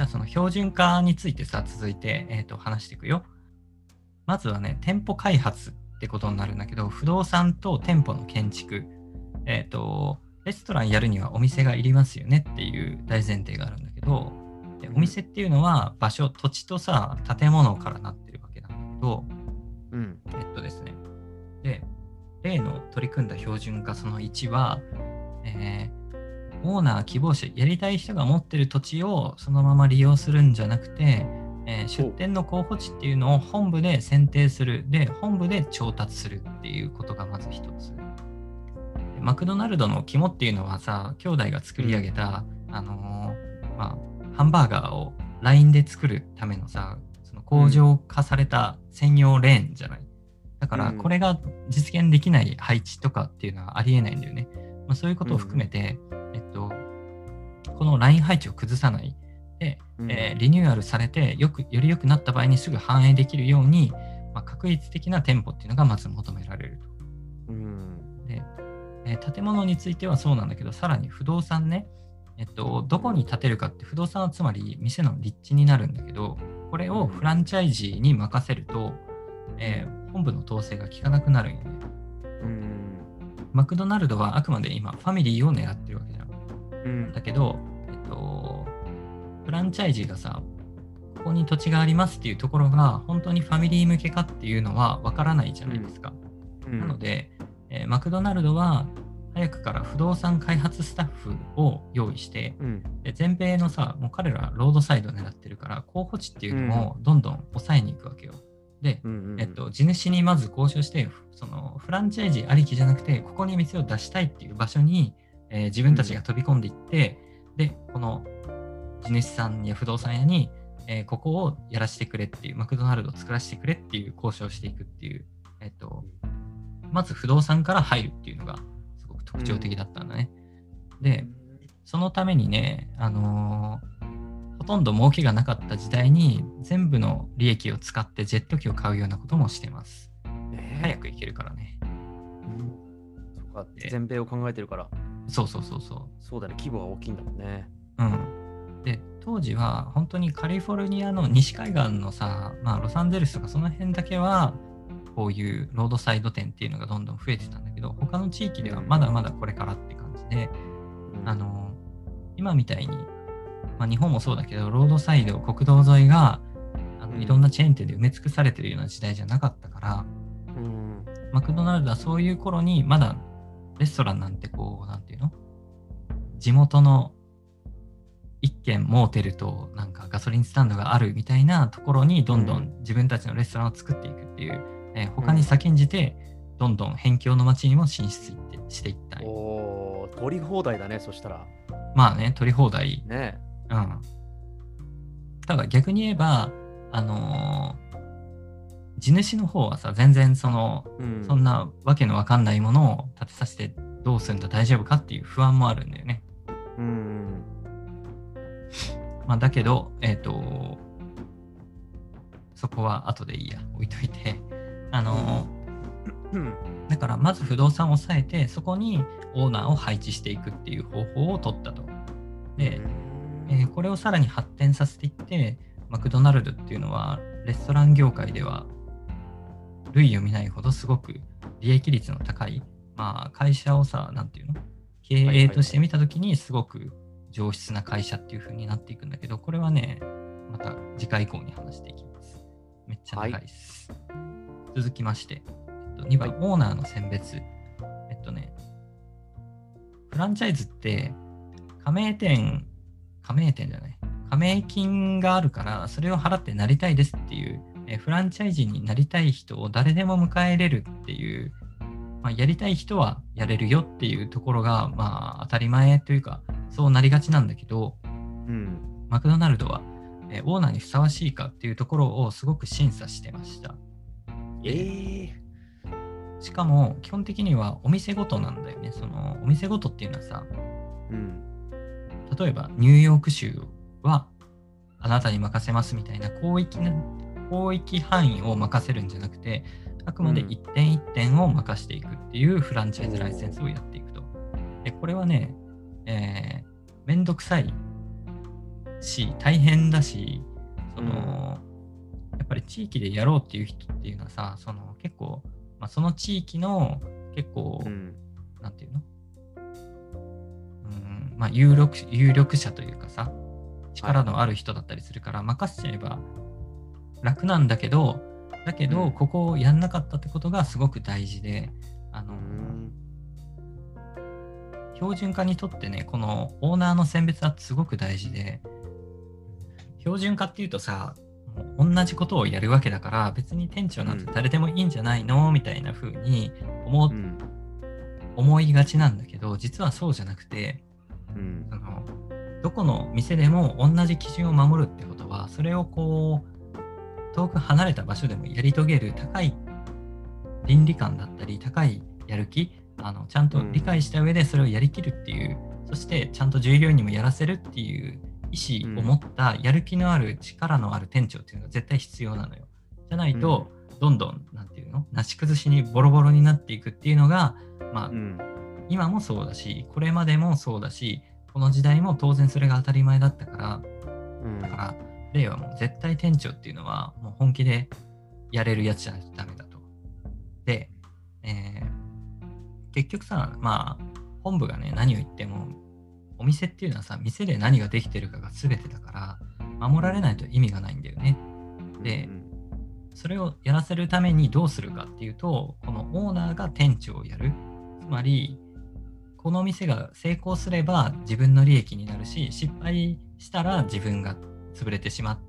ゃあその標準化についてさ、続いて、話していくよ。まずはね、店舗開発ってことになるんだけど、不動産と店舗の建築、レストランやるにはお店がいりますよねっていう大前提があるんだけど、でお店っていうのは場所、土地とさ、建物からなってるわけなんだけど、ですね。で、例の取り組んだ標準化その1は、オーナー希望者、やりたい人が持ってる土地をそのまま利用するんじゃなくて、出店の候補地っていうのを本部で選定する。で、本部で調達するっていうことがまず一つ。マクドナルドの肝っていうのはさ、兄弟が作り上げた、ハンバーガーを LINE で作るためのさ、その工場化された専用レーンじゃない。だから、これが実現できない配置とかっていうのはありえないんだよね。そういうことを含めて、このライン配置を崩さない。で、リニューアルされてより良くなった場合にすぐ反映できるように、確率的な店舗っていうのがまず求められると。で、建物についてはそうなんだけど、さらに不動産ね、どこに建てるかって不動産はつまり店の立地になるんだけど、これをフランチャイジーに任せると、本部の統制が効かなくなるんよね。マクドナルドはあくまで今ファミリーを狙ってるわけじゃん。だけど、フランチャイジーがさ、ここに土地がありますっていうところが本当にファミリー向けかっていうのはわからないじゃないですか。なので、マクドナルドは早くから不動産開発スタッフを用意して、で全米のさ、もう彼らロードサイドを狙ってるから候補地っていうのをどんどん抑えに行くわけよ。で、地主にまず交渉して、そのフランチャイジーありきじゃなくて、ここに店を出したいっていう場所に、自分たちが飛び込んでいって、で、この地主さんや不動産屋に、ここをやらせてくれっていう、マクドナルドを作らせてくれっていう交渉をしていくっていう、まず不動産から入るっていうのがすごく特徴的だったんだね。で、そのためにね、ほとんど儲けがなかった時代に全部の利益を使ってジェット機を買うようなこともしてます。早く行けるからね。 そうか、全米を考えてるから。 そう。 そうだね、規模は大きいんだもんね。 で、当時は本当にカリフォルニアの西海岸のさ、ロサンゼルスとかその辺だけは、こういうロードサイド店っていうのがどんどん増えてたんだけど、他の地域ではまだまだこれからって感じで、今みたいに、日本もそうだけど、ロードサイド、国道沿いがいろんなチェーン店で埋め尽くされてるような時代じゃなかったから、マクドナルドはそういう頃にまだレストランなんてこう、なんていうの？地元の一軒モーテルとなんかガソリンスタンドがあるみたいなところにどんどん自分たちのレストランを作っていくっていう、他に先んじてどんどん辺境の町にも進出していったい。 取り放題だね、そしたら。 まあね、取り放題。 ね。 ただ逆に言えば、地主の方はさ、全然そんなわけのわかんないものを建てさせてどうするんだ、大丈夫かっていう不安もあるんだよね。だけど、そこは後でいいや、置いといて。だからまず不動産を抑えて、そこにオーナーを配置していくっていう方法を取ったと。で、これをさらに発展させていって、マクドナルドっていうのはレストラン業界では類を見ないほどすごく利益率の高い、会社をさ、なんていうの？経営として見たときにすごく上質な会社っていう風になっていくんだけど、これはね、また次回以降に話していきます。めっちゃ長いです。続きまして、2番、オーナーの選別。フランチャイズって加盟金があるからそれを払ってなりたいですっていう、フランチャイズになりたい人を誰でも迎え入れるっていう、やりたい人はやれるよっていうところが当たり前というかそうなりがちなんだけど、マクドナルドは、オーナーにふさわしいかっていうところをすごく審査してました。しかも基本的にはお店ごとなんだよね。そのお店ごとっていうのはさ、例えばニューヨーク州はあなたに任せますみたいな広域範囲を任せるんじゃなくて、あくまで一点一点を任していくっていうフランチャイズライセンスをやっていくと。でこれはね、めんどくさいし、大変だし、やっぱり地域でやろうっていう人っていうのはさ、結構、その地域の結構、なんていうの、有力者というかさ、力のある人だったりするから、任せちゃえば楽なんだけど、ここをやんなかったってことがすごく大事で、標準化にとってね、このオーナーの選別はすごく大事で、標準化っていうとさ、もう同じことをやるわけだから、別に店長なんて誰でもいいんじゃないのみたいな風に思いがちなんだけど、実はそうじゃなくて、どこの店でも同じ基準を守るってことは、それをこう遠く離れた場所でもやり遂げる高い倫理観だったり、高いやる気、ちゃんと理解した上でそれをやりきるっていう、そしてちゃんと従業員にもやらせるっていう意思を持ったやる気のある力のある店長っていうのが絶対必要なのよ。じゃないと、どんどんなんていうの、なし崩しにボロボロになっていくっていうのが、今もそうだし、これまでもそうだし、この時代も当然それが当たり前だったから、だから令和も絶対店長っていうのはもう本気でやれるやつじゃないとダメだと。で、結局さ、本部がね、何を言っても、お店っていうのはさ、店で何ができてるかが全てだから、守られないと意味がないんだよね。で、それをやらせるためにどうするかっていうと、このオーナーが店長をやる。つまり、この店が成功すれば自分の利益になるし、失敗したら自分が潰れてしまって、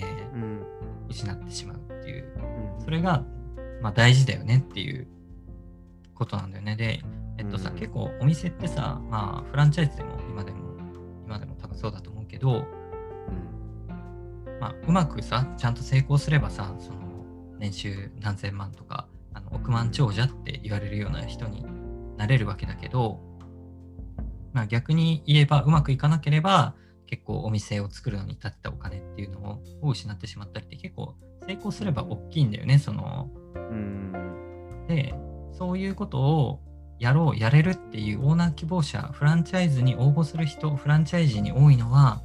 失ってしまうっていう、それが、大事だよねっていうことなんだよね。で、結構お店ってさ、フランチャイズでも今でも多分そうだと思うけど、うまくさ、ちゃんと成功すればさ、その年収何千万とか、億万長者って言われるような人になれるわけだけど、逆に言えばうまくいかなければ、結構お店を作るのに立てたお金っていうのを失ってしまったりって結構成功すれば大きいんだよね、で、そういうことをやれるっていうオーナー希望者、フランチャイズに応募する人、フランチャイジーに多いのは、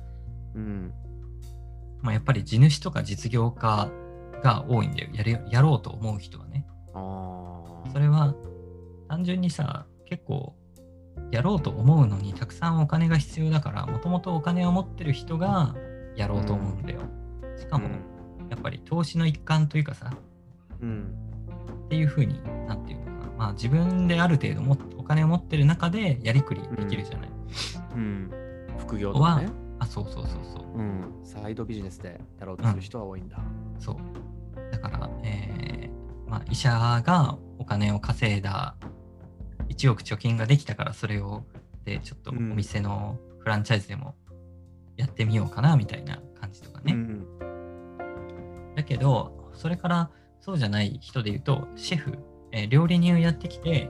やっぱり地主とか実業家が多いんだよ。やろうと思う人はね。それは単純にさ、結構やろうと思うのにたくさんお金が必要だから、もともとお金を持ってる人がやろうと思うんだよ。しかも、やっぱり投資の一環というかさ、っていう風に、なんていうのかな。自分である程度お金を持ってる中でやりくりできるじゃない。 副業とかね。 そう。 サイドビジネスでやろうとする人は多いんだ。 そう。だから、医者がお金を稼いだ1億貯金ができたから、それをでちょっとお店のフランチャイズでもやってみようかなみたいな感じとかね。だけど、それからそうじゃない人で言うと、シェフ、料理人をやってきて、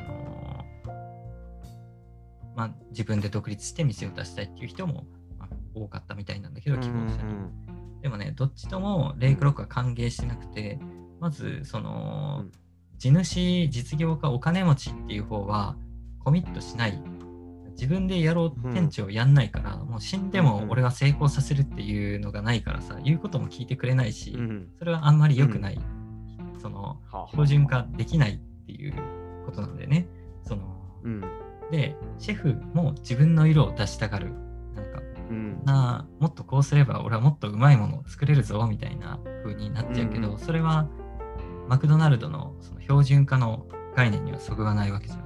自分で独立して店を出したいっていう人も多かったみたいなんだけど、希望者に。でもね、どっちともレイクロックは歓迎してなくて、まず、地主、実業家、お金持ちっていう方はコミットしない。自分でやろう、店長やんないから、もう死んでも俺は成功させるっていうのがないからさ、言うことも聞いてくれないし、それはあんまり良くない。標準化できないっていうことなんだよね。で、シェフも自分の色を出したがる。もっとこうすれば俺はもっとうまいものを作れるぞみたいな風になっちゃうけど、それはマクドナルドのその標準化の概念にはそぐわないわけじゃない。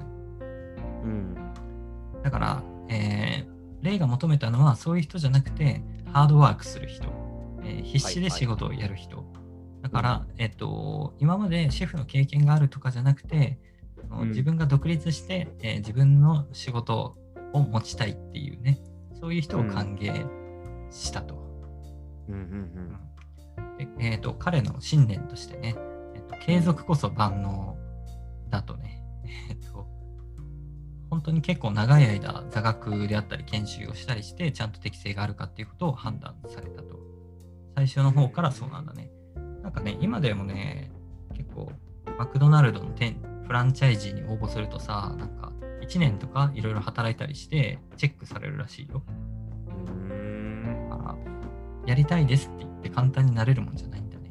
だから、レイが求めたのはそういう人じゃなくて、ハードワークする人、必死で仕事をやる人。だから、今までシェフの経験があるとかじゃなくて、自分が独立して、自分の仕事を持ちたいっていうね、そういう人を歓迎したと。彼の信念としてね、継続こそ万能だとね、本当に結構長い間座学であったり研修をしたりして、ちゃんと適性があるかっていうことを判断されたと。最初の方からそうなんだね。なんかね、今でもね、結構マクドナルドのフランチャイジーに応募するとさ、なんか1年とかいろいろ働いたりしてチェックされるらしいよ。だからやりたいですって言って簡単になれるもんじゃないんだね。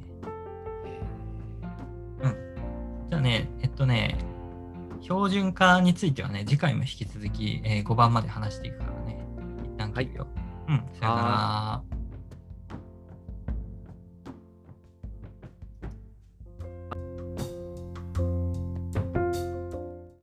じゃあね、標準化についてはね、次回も引き続き、5番まで話していくからね。一旦切るよ。さよなら。